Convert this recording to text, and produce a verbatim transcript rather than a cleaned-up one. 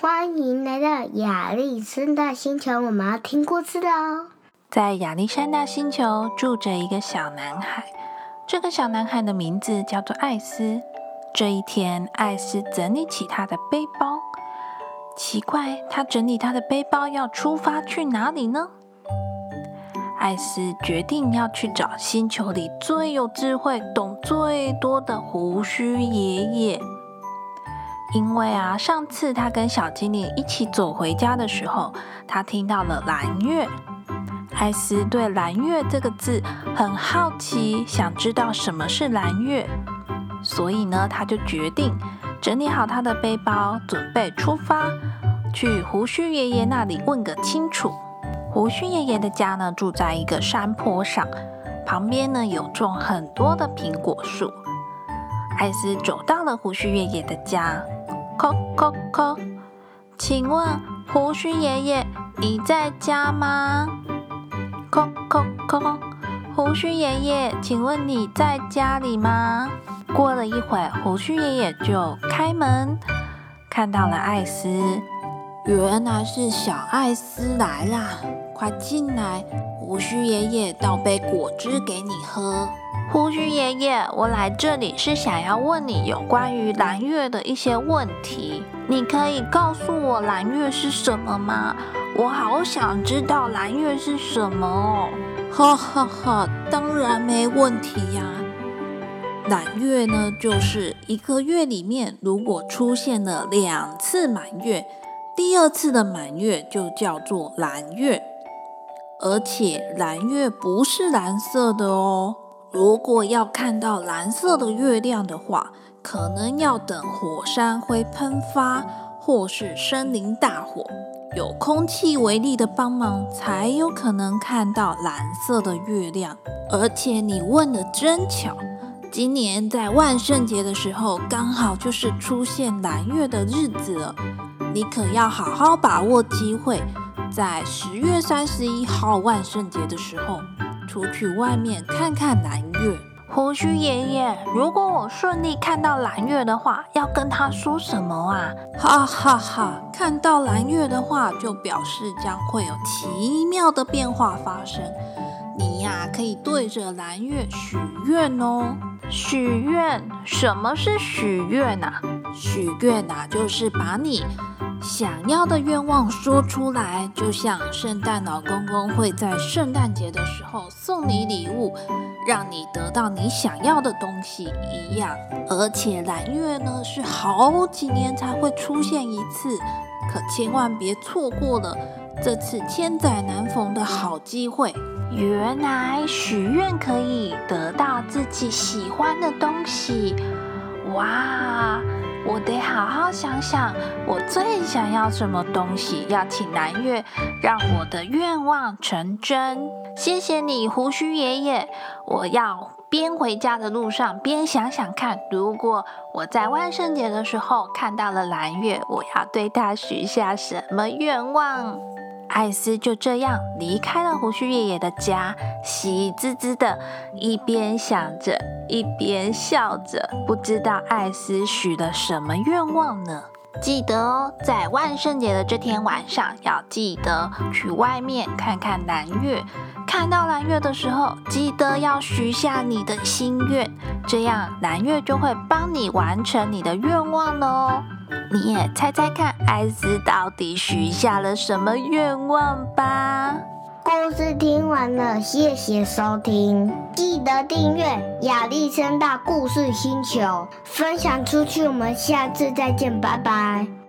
欢迎来到亚历山大星球，我们要听故事的哦。 在亚历山大星球住着一个小男孩，这个小男孩的名字叫做艾斯。这一天，艾斯整理起他的背包。奇怪，他整理他的背包要出发去哪里呢？艾斯决定要去找星球里最有智慧、懂最多的胡须爷爷。因为啊，上次他跟小精灵一起走回家的时候，他听到了蓝月。艾斯对蓝月这个字很好奇，想知道什么是蓝月，所以呢，他就决定整理好他的背包，准备出发去胡须爷爷那里问个清楚。胡须爷爷的家呢，住在一个山坡上，旁边呢有种很多的苹果树。艾斯走到了胡须爷爷的家，叩叩叩，请问胡须爷爷，你在家吗？叩叩叩，胡须爷爷，请问你在家里吗？过了一会儿，胡须爷爷就开门，看到了艾斯。原来是小艾斯来啦，快进来，胡须爷爷倒杯果汁给你喝。胡须爷爷，我来这里是想要问你有关于蓝月的一些问题，你可以告诉我蓝月是什么吗？我好想知道蓝月是什么哦。哈哈哈，当然没问题呀。蓝月呢，就是一个月里面如果出现了两次满月，第二次的满月就叫做蓝月，而且蓝月不是蓝色的哦。如果要看到蓝色的月亮的话，可能要等火山灰喷发，或是森林大火，有空气微粒的帮忙，才有可能看到蓝色的月亮。而且你问的真巧，今年在万圣节的时候，刚好就是出现蓝月的日子了。你可要好好把握机会，在十月三十一号万圣节的时候，出去外面看看蓝月。胡须爷爷，如果我顺利看到蓝月的话，要跟他说什么啊？哈哈哈，看到蓝月的话，就表示将会有奇妙的变化发生。你呀，可以对着蓝月许愿哦。许愿？什么是许愿啊？许愿啊，就是把你想要的愿望说出来，就像圣诞老公公会在圣诞节的时候送你礼物，让你得到你想要的东西一样。而且蓝月呢，是好几年才会出现一次，可千万别错过了这次千载难逢的好机会。原来许愿可以得到自己喜欢的东西，哇！我得好好想想，我最想要什么东西，要请蓝月让我的愿望成真。谢谢你，胡须爷爷。我要边回家的路上边想想看，如果我在万圣节的时候看到了蓝月，我要对他许下什么愿望？艾斯就这样离开了胡须爷爷的家，喜滋滋的，一边想着一边笑着，不知道艾斯许了什么愿望呢？记得哦，在万圣节的这天晚上，要记得去外面看看蓝月。看到蓝月的时候，记得要许下你的心愿，这样蓝月就会帮你完成你的愿望了哦。你也猜猜看，艾斯到底许下了什么愿望吧？ 故事听完了，谢谢收听，记得订阅亚历山大故事星球，分享出去，我们下次再见，拜拜。